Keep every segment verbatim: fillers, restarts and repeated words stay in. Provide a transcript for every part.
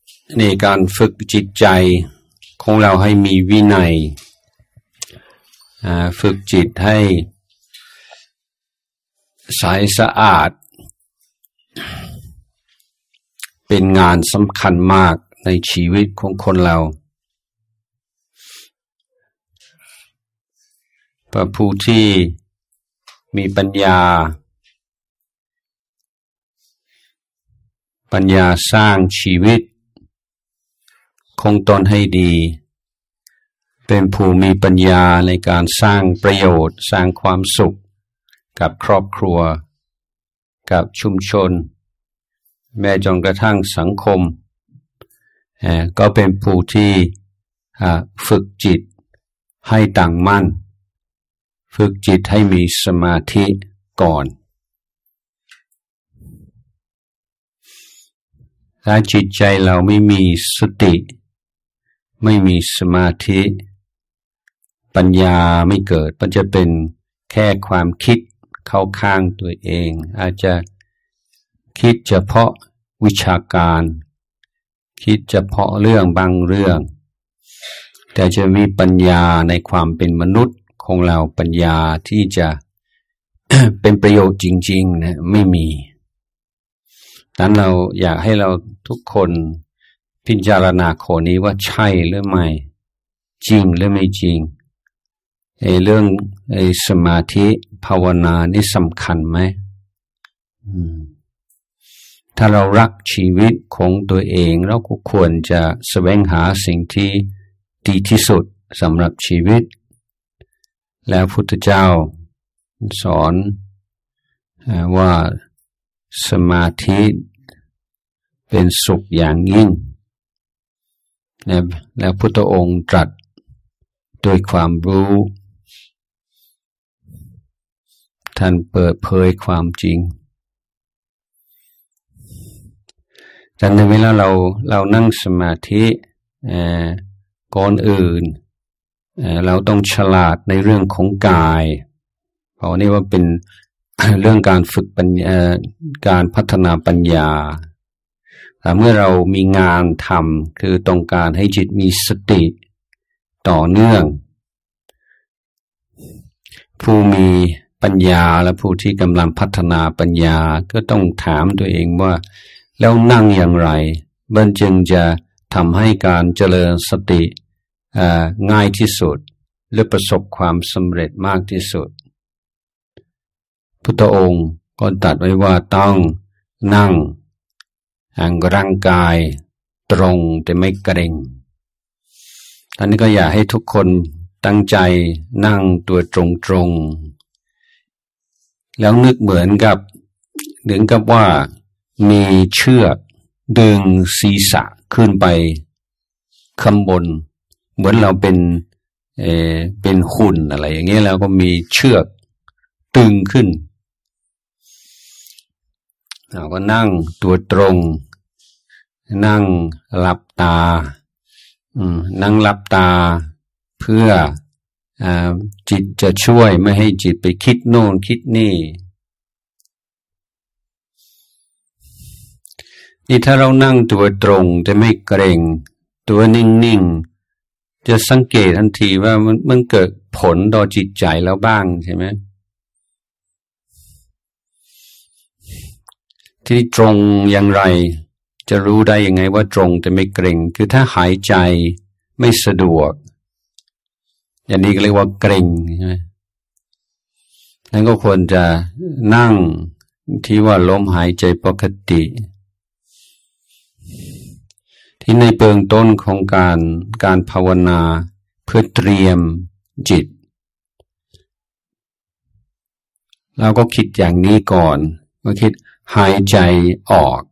ในการฝึกจิตใจของเราให้มีวินัยฝึกจิตให้ใสสะอาดเป็นงานสำคัญมากในชีวิตของคนเราพระผู้ที่มีปัญญาปัญญาสร้างชีวิตคงตนให้ดีเป็นผู้มีปัญญาในการสร้างประโยชน์สร้างความสุขกับครอบครัวกับชุมชนแม้จนกระทั่งสังคมก็เป็นผู้ที่ฝึกจิตให้ตั้งมั่นฝึกจิตให้มีสมาธิก่อนถ้าจิตใจเราไม่มีสติไม่มีสมาธิปัญญาไม่เกิดมันจะเป็นแค่ความคิดเข้าข้างตัวเองอาจจะคิดเฉพาะวิชาการคิดเฉพาะเรื่องบางเรื่องแต่จะมีปัญญาในความเป็นมนุษย์ของเราปัญญาที่จะ เป็นประโยชน์จริงๆนะไม่มีนั้นเราอยากให้เราทุกคนพิจารณาข้อนี้ว่าใช่หรือไม่จริงหรือไม่จริงไอ้เรื่องไอ้สมาธิภาวนานี่สำคัญไหมถ้าเรารักชีวิตของตัวเองเราก็ควรจะแสวงหาสิ่งที่ดีที่สุดสำหรับชีวิตแล้วพุทธเจ้าสอนว่าสมาธิเป็นสุขอย่างยิ่งแล้วพุทธองค์ตรัสโดยความรู้ท่านเปิดเผยความจริงแต่ในเวลาเราเรานั่งสมาธิก่อนอื่นเราต้องฉลาดในเรื่องของกายเพราะนี่ว่าเป็น เรื่องการฝึกปัญญาการพัฒนาปัญญาแต่เมื่อเรามีงานทำคือต้องการให้จิตมีสติต่อเนื่องผู้มีปัญญาและผู้ที่กำลังพัฒนาปัญญาก็ต้องถามตัวเองว่าแล้วนั่งอย่างไรมันจึงจะทำให้การเจริญสติง่ายที่สุดและประสบความสำเร็จมากที่สุดพุทธองค์ก็ตรัสไว้ว่าต้องนั่งร่างกายตรงแต่ไม่เกร็งอันนี้ก็อยากให้ทุกคนตั้งใจนั่งตัวตรงๆแล้วนึกเหมือนกับเหมือนกับว่ามีเชือกดึงศีรษะขึ้นไปข้างบนเหมือนเราเป็นเอ่อเป็นหุ่นอะไรอย่างเงี้ยแล้วก็มีเชือกตึงขึ้นเราก็นั่งตัวตรงนั่งหลับตาอืมนั่งหลับตาเพื่ออ่าจิตจะช่วยไม่ให้จิตไปคิดโน่นคิดนี่นี่ถ้าเรานั่งตัวตรงจะไม่เกร็งตัวนิ่งๆจะสังเกตทันทีว่ามันมันเกิดผลต่อจิตใจเราบ้างใช่ไหมที่ตรงอย่างไรจะรู้ได้ยังไงว่าตรงแต่ไม่เกร็งคือถ้าหายใจไม่สะดวกอย่างนี้ก็เรียกว่าเกร็งใช่ไหมนั้นก็ควรจะนั่งที่ว่าลมหายใจปกติที่ในเบื้องต้นของการการภาวนาเพื่อเตรียมจิตเราก็คิดอย่างนี้ก่อนว่าคิดหายใจออก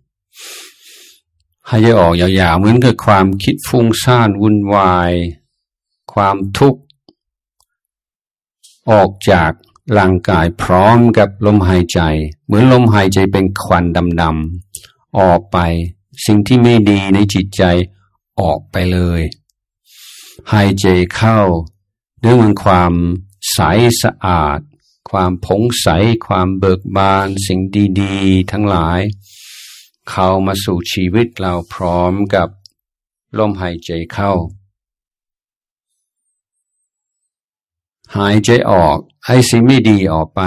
หายใจออกยาวๆเหมือนกับความคิดฟุ้งซ่านวุ่นวายความทุกข์ออกจากร่างกายพร้อมกับลมหายใจเหมือนลมหายใจเป็นควันดำๆออกไปสิ่งที่ไม่ดีในจิตใจออกไปเลยหายใจเข้าเรื่องของความใสสะอาดความผ่องใสความเบิกบานสิ่งดีๆทั้งหลายเข้ามาสู่ชีวิตเราพร้อมกับลมหายใจเข้าหายใจออกให้สิ่งไม่ดีออกไป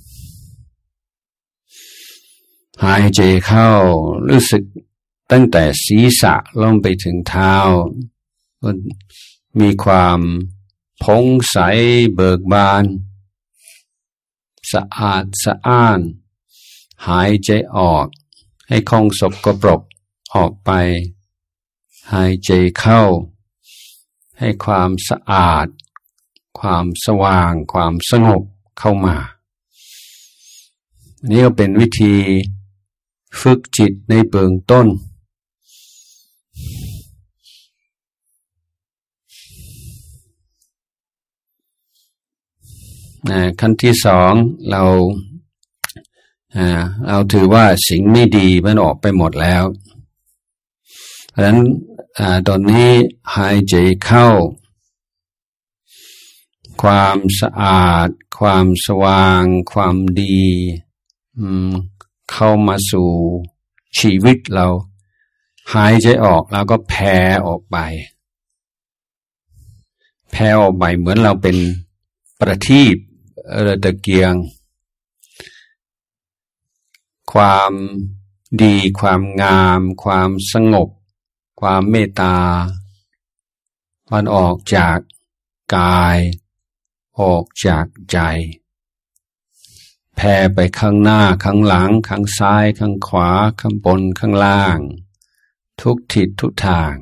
หายใจเข้ารู้สึกตั้งแต่ศีรษะลงไปถึงเท้ามีความผ่องใสเบิกบานสะอาดสะอ้านหายใจออกให้ของสกปรกออกไปหายใจเข้าให้ความสะอาดความสว่างความสงบเข้ามานี่ก็เป็นวิธีฝึกจิตในเบื้องต้นขั้นที่สองเราเราถือว่าสิ่งไม่ดีมันออกไปหมดแล้วเพราะฉะนั้นตอนนี้หายใจเข้าความสะอาดความสว่างความดีเข้ามาสู่ชีวิตเราหายใจออกแล้วก็แผ่ออกไปแผ่ออกไปเหมือนเราเป็นประทีปหรือตะเกียงความดีความงามความสงบความเมตตามันออกจากกายออกจากใจแผ่ไปข้างหน้าข้างหลังข้างซ้ายข้างขวาข้างบนข้างล่างทุกทิศทุกทาง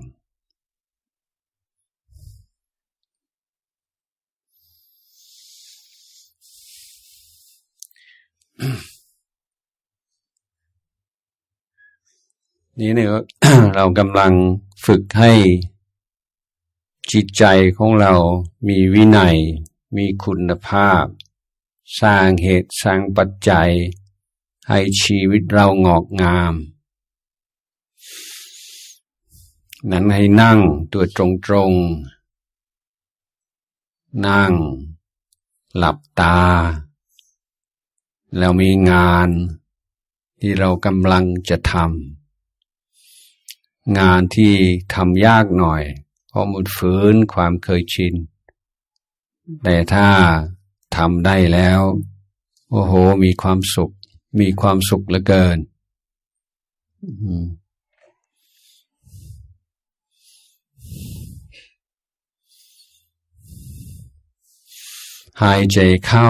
นี่เนี่ย เรากำลังฝึกให้จิตใจของเรามีวินัยมีคุณภาพสร้างเหตุสร้างปัจจัยให้ชีวิตเรางอกงามนั้นให้นั่งตัวตรงๆนั่งหลับตาแล้วมีงานที่เรากำลังจะทำงานที่ทำยากหน่อยเพราะมันฝืนความเคยชินแต่ถ้าทำได้แล้วโอ้โหมีความสุขมีความสุขเหลือเกินหายใจเข้า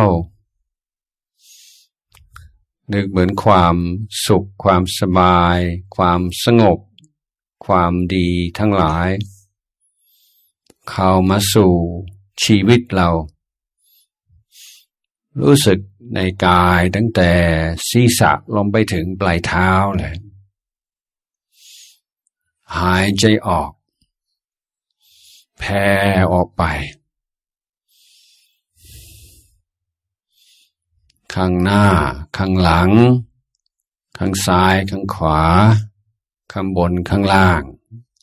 นึกเหมือนความสุขความสบายความสงบความดีทั้งหลายเข้ามาสู่ชีวิตเรารู้สึกในกายตั้งแต่ศีรษะลงไปถึงปลายเท้าเลยหายใจออกแผ่ออกไปข้างหน้าข้างหลังข้างซ้ายข้างขวาข้างบนข้างล่าง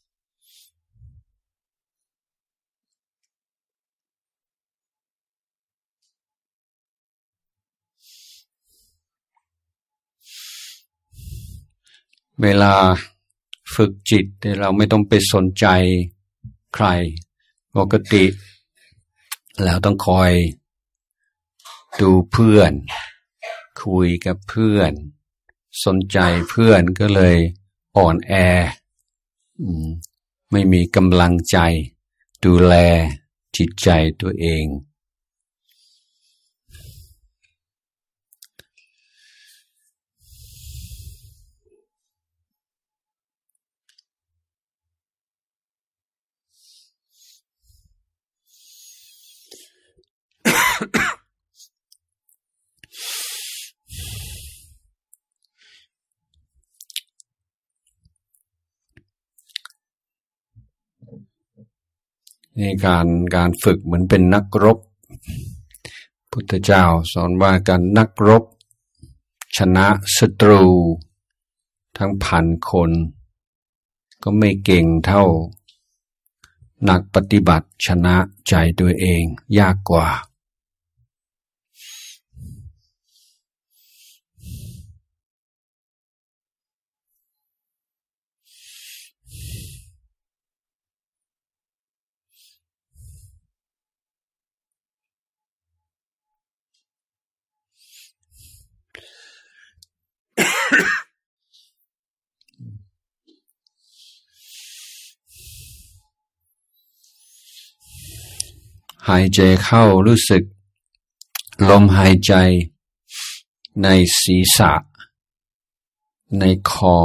เวลาฝึกจิตเราไม่ต้องไปสนใจใครปกติแล้วต้องคอยดูเพื่อนคุยกับเพื่อนสนใจเพื่อนก็เลยอ่อนแอไม่มีกำลังใจดูแลจิตใจตัวเองนี่การการฝึกเหมือนเป็นนักรบพุทธเจ้าสอนว่าการนักรบชนะศัตรูทั้งพันคนก็ไม่เก่งเท่านักปฏิบัติชนะใจตัวเองยากกว่าหายใจเข้ารู้สึกลมหายใจในศีรษะในคอ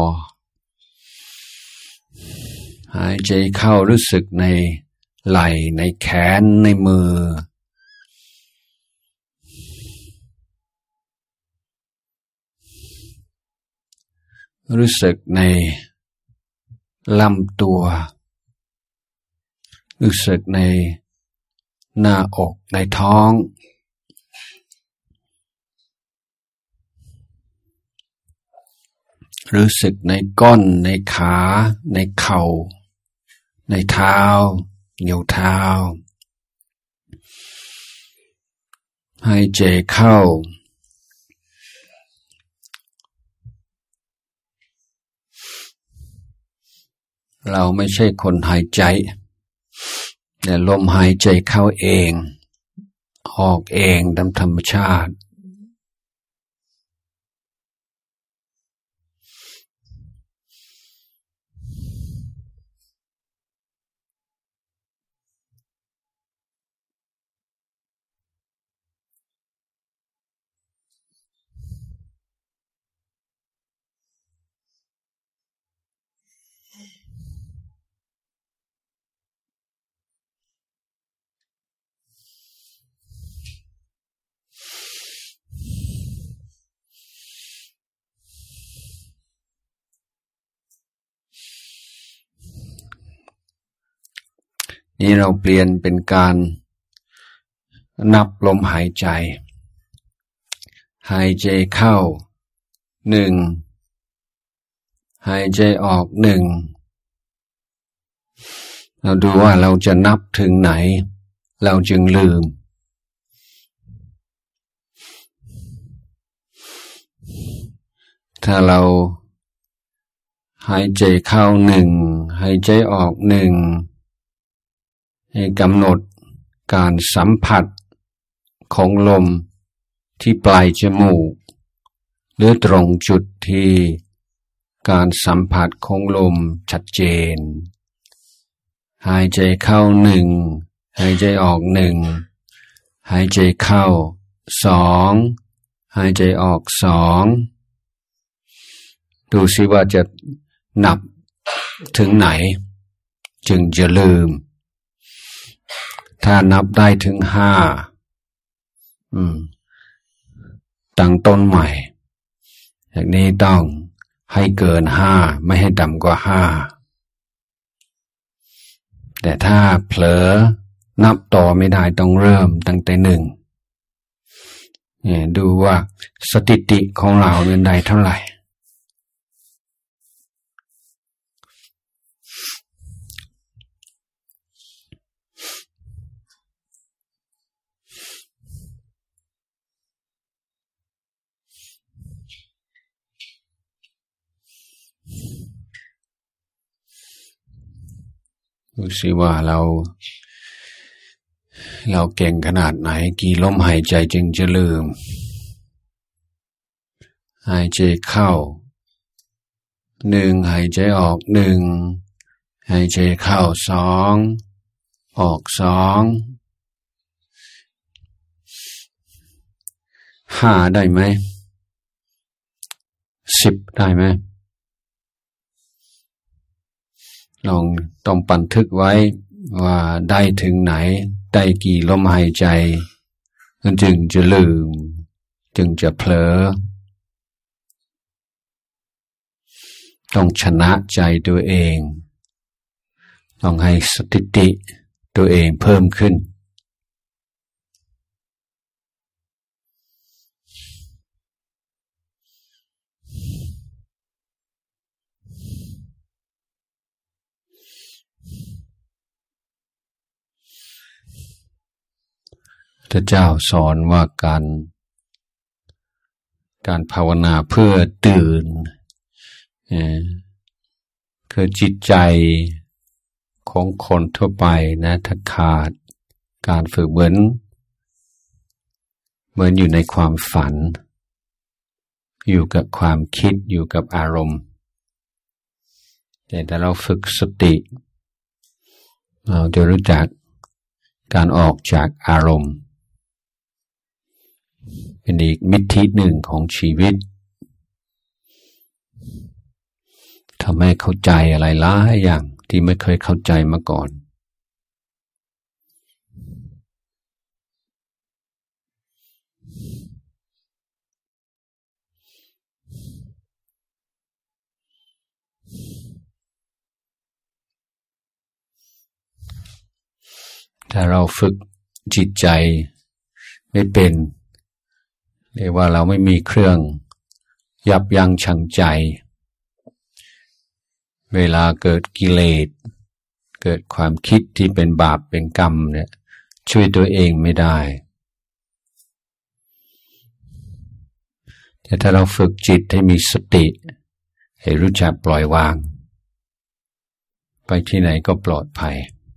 หายใจเข้ารู้สึกในไหล่ในแขนในมือรู้สึกในลำตัวรู้สึกในหน้าอกในท้องรู้สึกในก้นในขาในเข่าในเท้านิ้วเท้าหายใจเข้าเราไม่ใช่คนหายใจแต่ลมหายใจเข้าเองออกเองตามธรรมชาตินี่เราเปลี่ยนเป็นการนับลมหายใจหายใจเข้าหนึ่งหายใจออกหนึ่งเราดูว่าเราจะนับถึงไหนเราจึงลืมถ้าเราหายใจเข้าหนึ่งหายใจออกหนึ่งให้กำหนดการสัมผัสของลมที่ปลายจมูกหรือตรงจุดที่การสัมผัสของลมชัดเจนหายใจเข้าหนึ่งหายใจออกหนึ่งหายใจเข้าสองหายใจออกสองดูสิว่าจะนับถึงไหนจึงจะลืมถ้านับได้ถึงห้าอืมตั้งต้นใหม่อย่างนี้ต้องให้เกินห้าไม่ให้ต่ำกว่าห้าแต่ถ้าเผลอนับต่อไม่ได้ต้องเริ่มตั้งแต่หนึ่งเนี่ยดูว่าสถิติของเราเนี่ยได้เท่าไหร่ดูสิว่าเราเราเก่งขนาดไหนกี่ลมหายใจจึงจะลืมหายใจเข้าหนึ่งหายใจออกหนึ่งหายใจเข้าสองออกสองห้าได้ไหมสิบได้ไหมลองต้องบันทึกไว้ว่าได้ถึงไหนได้กี่ลมหายใจจึงจะลืมจึงจะเผลอต้องชนะใจตัวเองต้องให้สติตัวเองเพิ่มขึ้นพระเจ้าสอนว่าการการภาวนาเพื่อตื่นคือจิตใจของคนทั่วไปนะถ้าขาดการฝึกเหมือนเหมือนอยู่ในความฝันอยู่กับความคิดอยู่กับอารมณ์แต่ถ้าเราฝึกสติเราจะรู้จักการออกจากอารมณ์เป็นอีกมิติหนึ่งของชีวิตทำให้เข้าใจอะไรหลายอย่างที่ไม่เคยเข้าใจมาก่อนถ้าเราฝึกจิตใจไม่เป็นเรียกว่าเราไม่มีเครื่องยับยั้งชั่งใจเวลาเกิดกิเลสเกิดความคิดที่เป็นบาปเป็นกรรมเนี่ยช่วยตัวเองไม่ได้แต่ถ้าเราฝึกจิตให้มีสติให้รู้จักปล่อยวางไปที่ไหนก็ปลอดภัย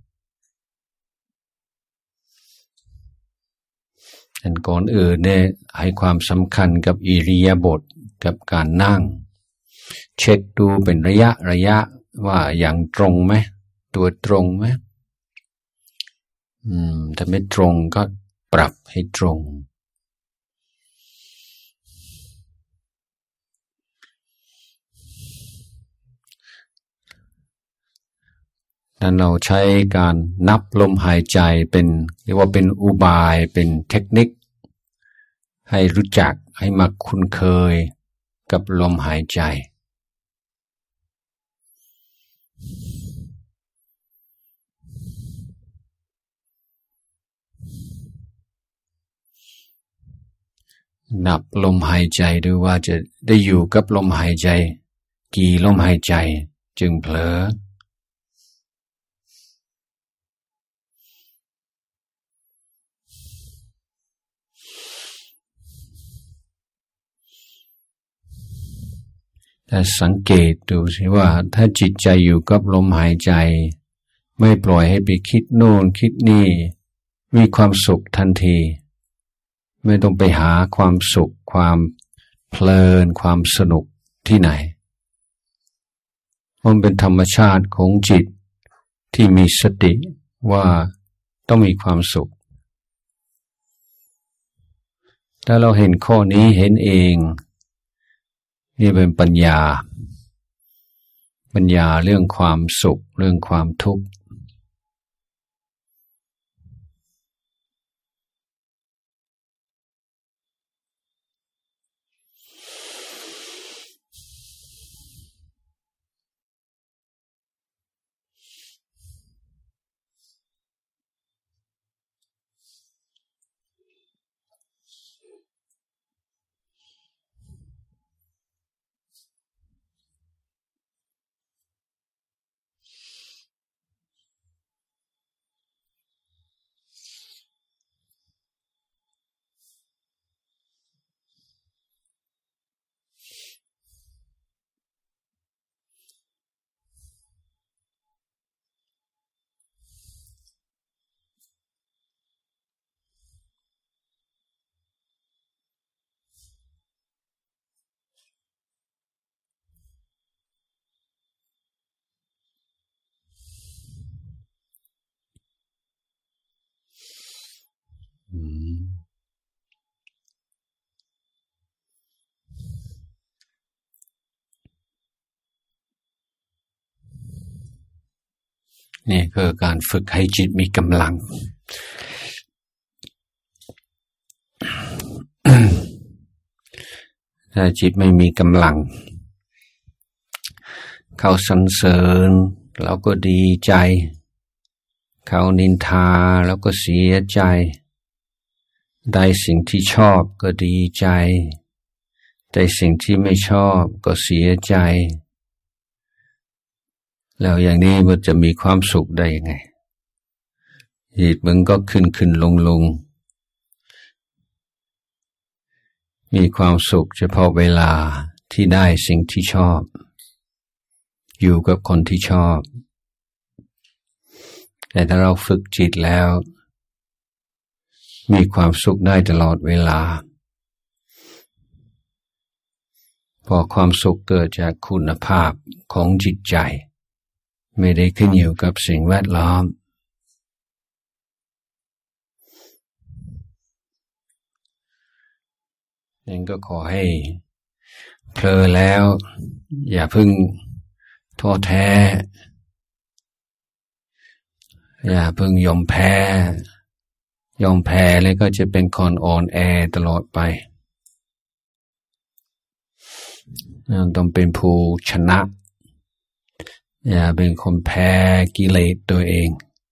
อันก่อนอื่นเนี่ยให้ความสำคัญกับอิริยาบถกับการนั่งเช็คดูเป็นระยะระยะว่าอย่างตรงไหมตัวตรงไหมอืมถ้าไม่ตรงก็ปรับให้ตรงนั้นเราใช้การนับลมหายใจเป็นเรียกว่าเป็นอุบายเป็นเทคนิคให้รู้จักให้มาคุ้นเคยกับลมหายใจนับลมหายใจดูว่าจะได้อยู่กับลมหายใจกี่ลมหายใจจึงเผลอแต่สังเกตดูสิว่าถ้าจิตใจอยู่กับลมหายใจไม่ปล่อยให้ไปคิดโน่นคิดนี่มีความสุขทันทีไม่ต้องไปหาความสุขความเพลินความสนุกที่ไหนมันเป็นธรรมชาติของจิตที่มีสติว่าต้องมีความสุขถ้าเราเห็นข้อนี้เห็นเองนี่เป็นปัญญาปัญญาเรื่องความสุขเรื่องความทุกข์นี่คือการฝึกให้จิตมีกำลัง ถ้าจิตไม่มีกำลังเขาสรรเสริญเราก็ดีใจเขานินทาแล้วก็เสียใจได้สิ่งที่ชอบก็ดีใจได้สิ่งที่ไม่ชอบก็เสียใจแล้วอย่างนี้มันจะมีความสุขได้ยังไงจิตมันก็ขึ้นขึ้นลงลงมีความสุขเฉพาะเวลาที่ได้สิ่งที่ชอบอยู่กับคนที่ชอบแต่ถ้าเราฝึกจิตแล้วมีความสุขได้ตลอดเวลาเพราะความสุขเกิดจากคุณภาพของจิตใจไม่ได้ขึ้นอยู่กับสิ่งแวดล้อมนั่นก็ขอให้เพลอแล้วอย่าเพิ่งท้อแท้อย่าเพิ่งยอมแพ้ยอมแพ้เลยก็จะเป็นคนอ่อนแอตลอดไปต้องเป็นผู้ชนะอย่าเป็นคนแพ้กิเลสตัวเอง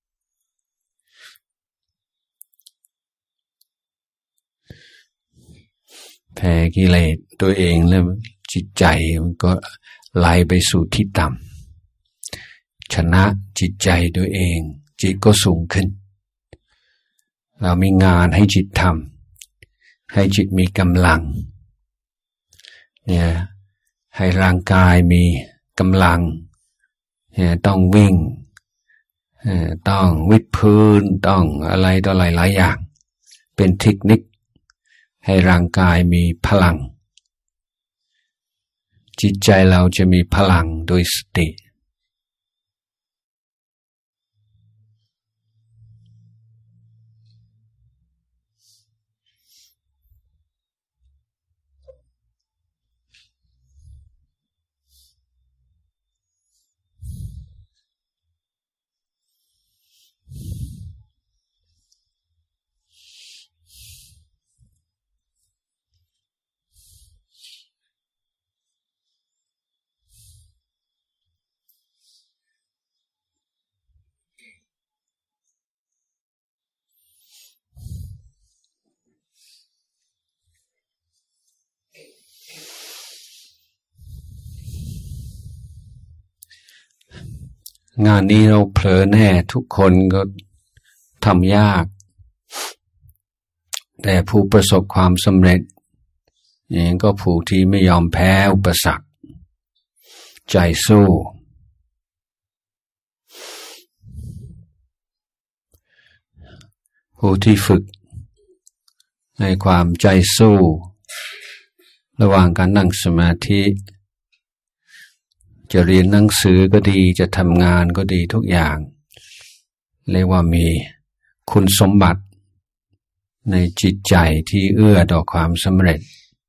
แพ้กิเลสตัวเองแล้วจิตใจมันก็ไหลไปสู่ที่ต่ำชนะจิตใจตัวเองจิตก็สูงขึ้นเรามีงานให้จิตทำให้จิตมีกำลังเนี่ยให้ร่างกายมีกำลังเนี่ยต้องวิ่งต้องวิดพื้นต้องอะไรต่ออะไรหลายอย่างเป็นเทคนิคให้ร่างกายมีพลังจิตใจเราจะมีพลังโดยสติงานนี้เราเผลอแน่ทุกคนก็ทำยากแต่ผู้ประสบความสำเร็จเองก็ผู้ที่ไม่ยอมแพ้อุปสรรคใจสู้ผู้ที่ฝึกในความใจสู้ระหว่างการนั่งสมาธิจะเรียนหนังสือก็ดีจะทำงานก็ดีทุกอย่างเรียกว่ามีคุณสมบัติในจิตใจที่เอื้อต่อความสำเร็จ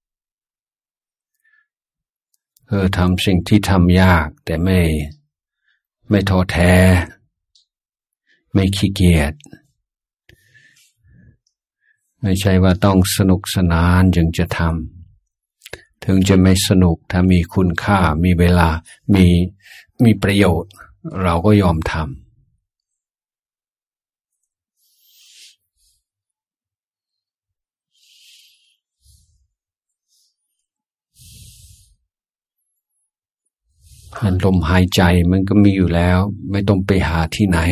เพื่อทำสิ่งที่ทำยากแต่ไม่ไม่ท้อแท้ไม่ขี้เกียจไม่ใช่ว่าต้องสนุกสนานจึงจะทำถึงจะไม่สนุกถ้ามีคุณค่ามีเวลามีมีประโยชน์เราก็ยอมทำมันลมหายใจมันก็มีอยู่แล้วไม่ต้องไปหาที่ไหน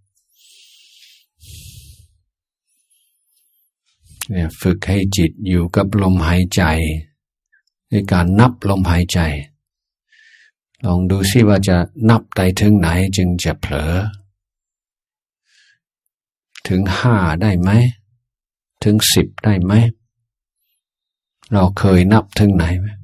เนี่ยฝึกให้จิตอยู่กับลมหายใจในการนับลมหายใจลองดูสิว่าจะนับได้ถึงไหนจึงจะเผลอถึงห้าได้ไหมถึงสิบได้ไหมเราเคยนับถึงไหนไหม